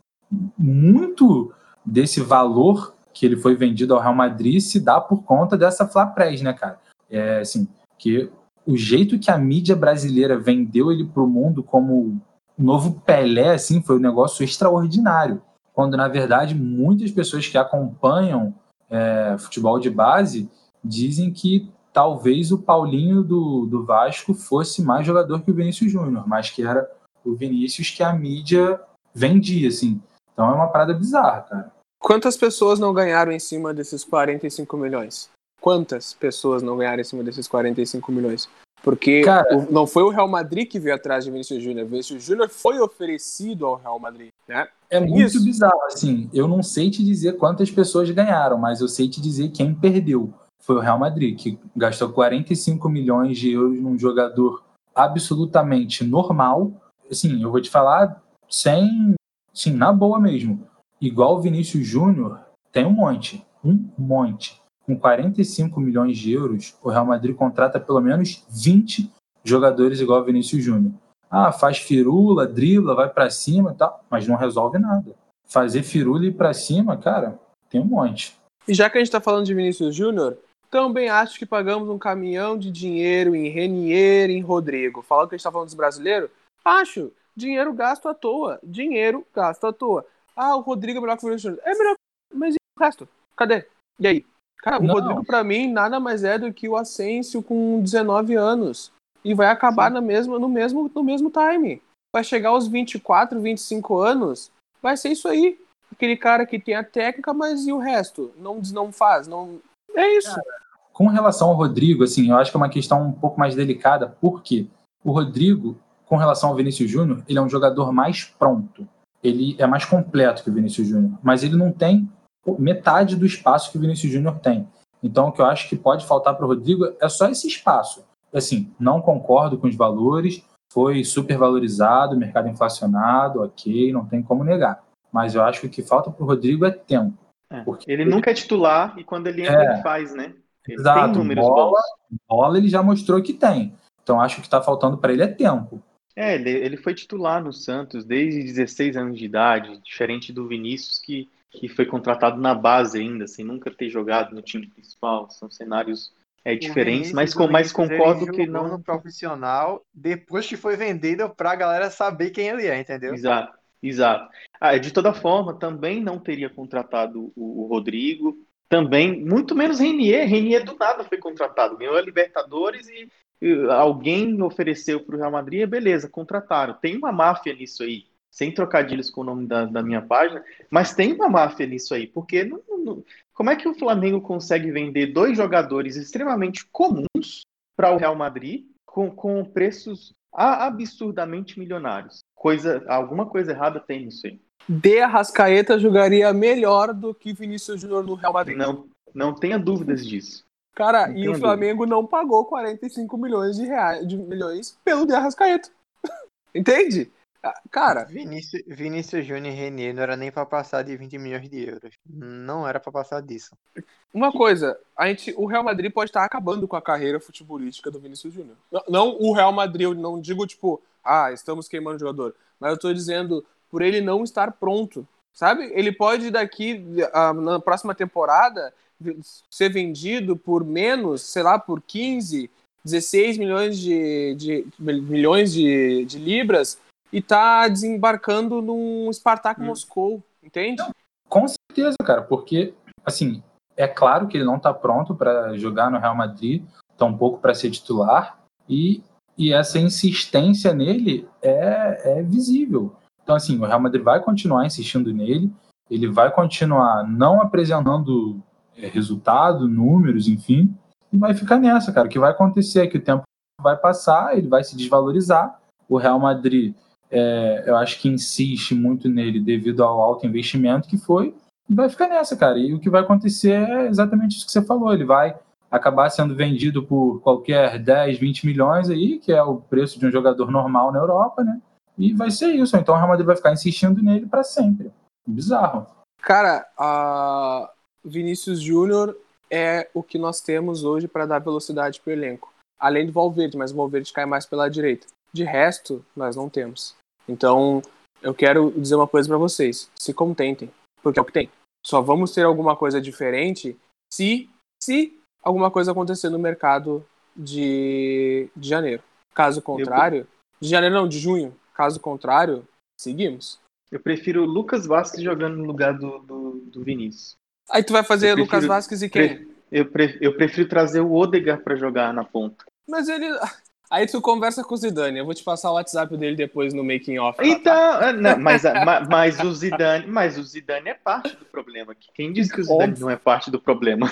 muito desse valor que ele foi vendido ao Real Madrid se dá por conta dessa Fla Press, né, cara? É, assim, que o jeito que a mídia brasileira vendeu ele para o mundo como o novo Pelé, assim, foi um negócio extraordinário. Quando, na verdade, muitas pessoas que acompanham é, futebol de base dizem que talvez o Paulinho do, do Vasco fosse mais jogador que o Vinícius Júnior, mas que era o Vinícius que a mídia vendia, assim. Então é uma parada bizarra, cara. Quantas pessoas não ganharam em cima desses quarenta e cinco milhões? Quantas pessoas não ganharam em cima desses quarenta e cinco milhões? Porque Cara, o, não foi o Real Madrid que veio atrás de Vinícius Júnior. Vinícius Júnior foi oferecido ao Real Madrid, né? é Tem muito isso. bizarro, assim. Eu não sei te dizer quantas pessoas ganharam, mas eu sei te dizer quem perdeu. Foi o Real Madrid, que gastou quarenta e cinco milhões de euros num jogador absolutamente normal. Assim, eu vou te falar sem, sim, na boa mesmo. Igual o Vinícius Júnior, tem um monte. Um monte. Com quarenta e cinco milhões de euros, o Real Madrid contrata pelo menos vinte jogadores igual o Vinícius Júnior. Ah, faz firula, dribla, vai pra cima e tal, mas não resolve nada. Fazer firula e ir pra cima, cara, tem um monte. E já que a gente está falando de Vinícius Júnior, também acho que pagamos um caminhão de dinheiro em Renier e em Rodrigo. Falando que a gente está falando dos brasileiros, acho. Dinheiro gasto à toa. Dinheiro gasto à toa. Ah, o Rodrigo é melhor que o Vinícius Júnior. É melhor, mas e o resto? Cadê? E aí? Cara, o Não. Rodrigo, pra mim, nada mais é do que o Asensio com dezenove anos. E vai acabar na mesma, no, mesmo, no mesmo time. Vai chegar aos vinte e quatro, vinte e cinco anos, vai ser isso aí. Aquele cara que tem a técnica, mas e o resto? Não, não faz, não... É isso. Cara, com relação ao Rodrigo, assim, eu acho que é uma questão um pouco mais delicada, porque o Rodrigo, com relação ao Vinícius Júnior, ele é um jogador mais pronto. Ele é mais completo que o Vinícius Júnior, mas ele não tem metade do espaço que o Vinícius Júnior tem. Então, o que eu acho que pode faltar para o Rodrigo é só esse espaço. Assim, não concordo com os valores, foi super valorizado, mercado inflacionado, ok, não tem como negar. Mas eu acho que o que falta para o Rodrigo é tempo. É. Porque Ele nunca é titular e quando ele entra, É. ele faz, né? Ele Exato, tem números bola, bons. bola ele já mostrou que tem. Então acho que está faltando para ele é tempo. É, ele, ele foi titular no Santos desde dezesseis anos de idade, diferente do Vinícius, que, que foi contratado na base ainda, sem nunca ter jogado no time principal. São cenários é, diferentes, mas, com, mas concordo que jogou não. no profissional depois que foi vendido pra galera saber quem ele é, entendeu? Exato, exato. Ah, de toda forma, também não teria contratado o, o Rodrigo, também, muito menos Renier. Renier do nada foi contratado, ganhou a Libertadores e, e alguém ofereceu para o Real Madrid, beleza, contrataram. Tem uma máfia nisso aí, sem trocadilhos com o nome da, da minha página, mas tem uma máfia nisso aí, porque não, não, como é que o Flamengo consegue vender dois jogadores extremamente comuns para o Real Madrid com, com preços absurdamente milionários? Coisa, alguma coisa errada tem nisso aí. De Arrascaeta jogaria melhor do que Vinícius Júnior no Real Madrid. Não, não tenha dúvidas disso. Cara, Não e tenha o Flamengo não pagou quarenta e cinco milhões de reais de milhões pelo De Arrascaeta. Entende? Cara, Vinícius, Vinícius Júnior e Renier não era nem pra passar de vinte milhões de euros. Não era pra passar disso. uma coisa, a gente, o Real Madrid pode estar acabando com a carreira futebolística do Vinícius Júnior. Não, não o Real Madrid, eu não digo tipo, ah, estamos queimando o jogador, mas eu tô dizendo por ele não estar pronto, sabe? Ele pode daqui, ah, na próxima temporada, ser vendido por menos, sei lá, por quinze, dezesseis milhões de, de, milhões de, de libras e tá desembarcando num Spartak Hum. Moscou, entende? Com certeza, cara, porque, assim, é claro que ele não está pronto para jogar no Real Madrid, tampouco para ser titular, e, e essa insistência nele é, é visível. Então, assim, o Real Madrid vai continuar insistindo nele, ele vai continuar não apresentando é, resultado, números, enfim, e vai ficar nessa, cara. O que vai acontecer é que o tempo vai passar, ele vai se desvalorizar, o Real Madrid... É, eu acho que insiste muito nele devido ao alto investimento que foi, e vai ficar nessa, cara. E o que vai acontecer é exatamente isso que você falou. Ele vai acabar sendo vendido por qualquer dez, vinte milhões aí, que é o preço de um jogador normal na Europa, né? E vai ser isso. Então o Real Madrid vai ficar insistindo nele para sempre. Bizarro. Cara, a Vinícius Júnior é o que nós temos hoje para dar velocidade pro elenco. Além do Valverde, mas o Valverde cai mais pela direita. De resto, nós não temos. Então, eu quero dizer uma coisa para vocês. Se contentem, porque é o que tem. Só vamos ter alguma coisa diferente se, se alguma coisa acontecer no mercado de, de janeiro. Caso contrário... De janeiro não, de junho. Caso contrário, seguimos. Eu prefiro o Lucas Vazquez jogando no lugar do, do, do Vinícius. Aí tu vai fazer Eu Lucas prefiro- Vazquez e quem? Pre- Eu, pre- eu prefiro trazer o Odegaard para jogar na ponta. Mas ele... Aí tu conversa com o Zidane. Eu vou te passar o WhatsApp dele depois no making off. lá, tá? Então, é, não, mas, a- ma- mas o Zidane, mas o Zidane é parte do problema. Quem disse que o Zidane Óbvio. não é parte do problema?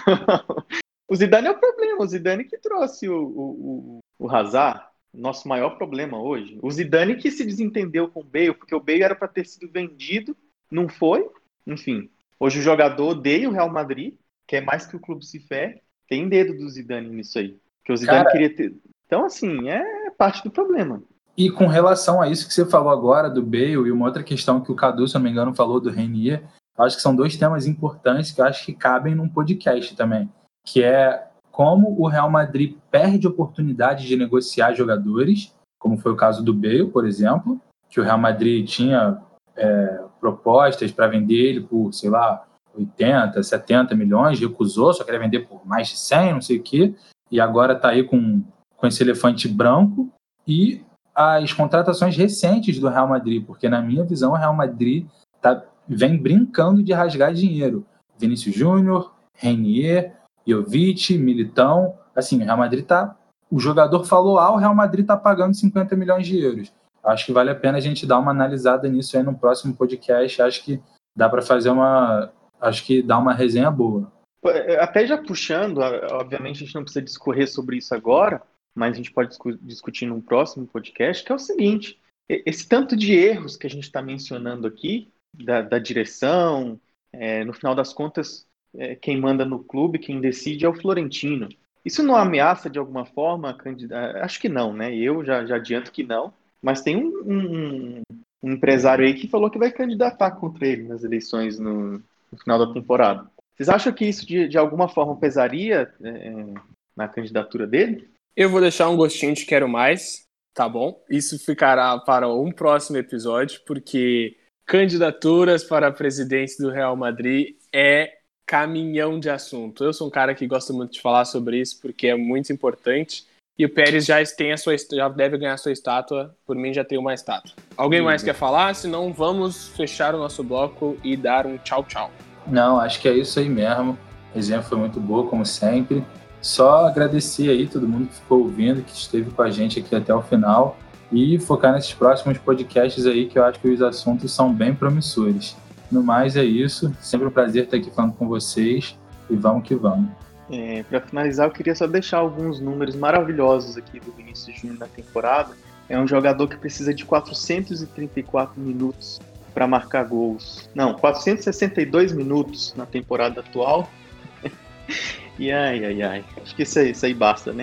O Zidane é o problema. O Zidane que trouxe o, o, o, o Hazard, nosso maior problema hoje. O Zidane que se desentendeu com o Bale, porque o Bale era para ter sido vendido, não foi. Enfim, hoje o jogador odeia o Real Madrid, que é mais que o clube se fere. Tem dedo do Zidane nisso aí. Porque o Zidane Cara, queria ter... Então, assim, é parte do problema. E com relação a isso que você falou agora do Bale e uma outra questão que o Cadu, se eu não me engano, falou do Renier, acho que são dois temas importantes que eu acho que cabem num podcast também, que é como o Real Madrid perde oportunidade de negociar jogadores, como foi o caso do Bale, por exemplo, que o Real Madrid tinha é, propostas para vender ele por, sei lá, oitenta, setenta milhões, recusou, só queria vender por mais de cem, não sei o quê, e agora está aí com, com esse elefante branco. E as contratações recentes do Real Madrid, porque na minha visão o Real Madrid tá, vem brincando de rasgar dinheiro. Vinícius Júnior, Renier, Jovic, Militão, assim, o Real Madrid tá... O jogador falou, ah, o Real Madrid tá pagando cinquenta milhões de euros. Acho que vale a pena a gente dar uma analisada nisso aí no próximo podcast, acho que dá para fazer uma... Acho que dá uma resenha boa. Até já puxando, obviamente a gente não precisa discorrer sobre isso agora, mas a gente pode discu- discutir num próximo podcast, que é o seguinte, esse tanto de erros que a gente está mencionando aqui, da, da direção, é, no final das contas, é, quem manda no clube, quem decide é o Florentino. Isso não ameaça de alguma forma a candidata? Acho que não, né? Eu já, já adianto que não, mas tem um, um, um empresário aí que falou que vai candidatar contra ele nas eleições no, no final da temporada. Vocês acham que isso de, de alguma forma pesaria é, na candidatura dele? Eu vou deixar um gostinho de quero mais, tá bom? Isso ficará para um próximo episódio, porque candidaturas para a presidência do Real Madrid é caminhão de assunto. Eu sou um cara que gosta muito de falar sobre isso, porque é muito importante. E o Pérez já, tem a sua, já deve ganhar a sua estátua. Por mim, já tem uma estátua. Alguém mais quer falar? Senão, vamos fechar o nosso bloco e dar um tchau, tchau. Não, acho que é isso aí mesmo. A resenha foi muito boa, como sempre. Só agradecer aí todo mundo que ficou ouvindo, que esteve com a gente aqui até o final e focar nesses próximos podcasts aí, que eu acho que os assuntos são bem promissores. No mais é isso, sempre um prazer estar aqui falando com vocês e vamos que vamos. É, para finalizar, eu queria só deixar alguns números maravilhosos aqui do Vinícius Júnior na temporada. É um jogador que precisa de quatrocentos e trinta e quatro minutos para marcar gols. Não, quatrocentos e sessenta e dois minutos na temporada atual. E ai, ai, ai. Acho que isso aí, isso aí basta, né?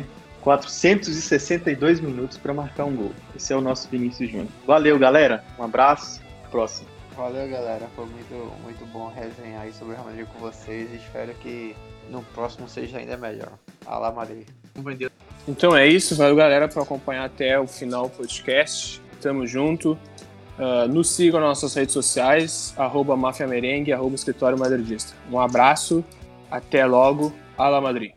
quatrocentos e sessenta e dois minutos para marcar um gol. Esse é o nosso Vinícius Júnior. Valeu, galera. Um abraço. Próximo. Valeu, galera. Foi muito, muito bom resenhar aí sobre o Real Madrid com vocês. Espero que no próximo seja ainda melhor. Alá, Madrid. Então é isso. Valeu, galera, por acompanhar até o final do podcast. Tamo junto. Uh, nos sigam nas nossas redes sociais, arroba Máfia Merengue, arroba Escritório Madridista. Um abraço. Até logo. Alá, Madrid.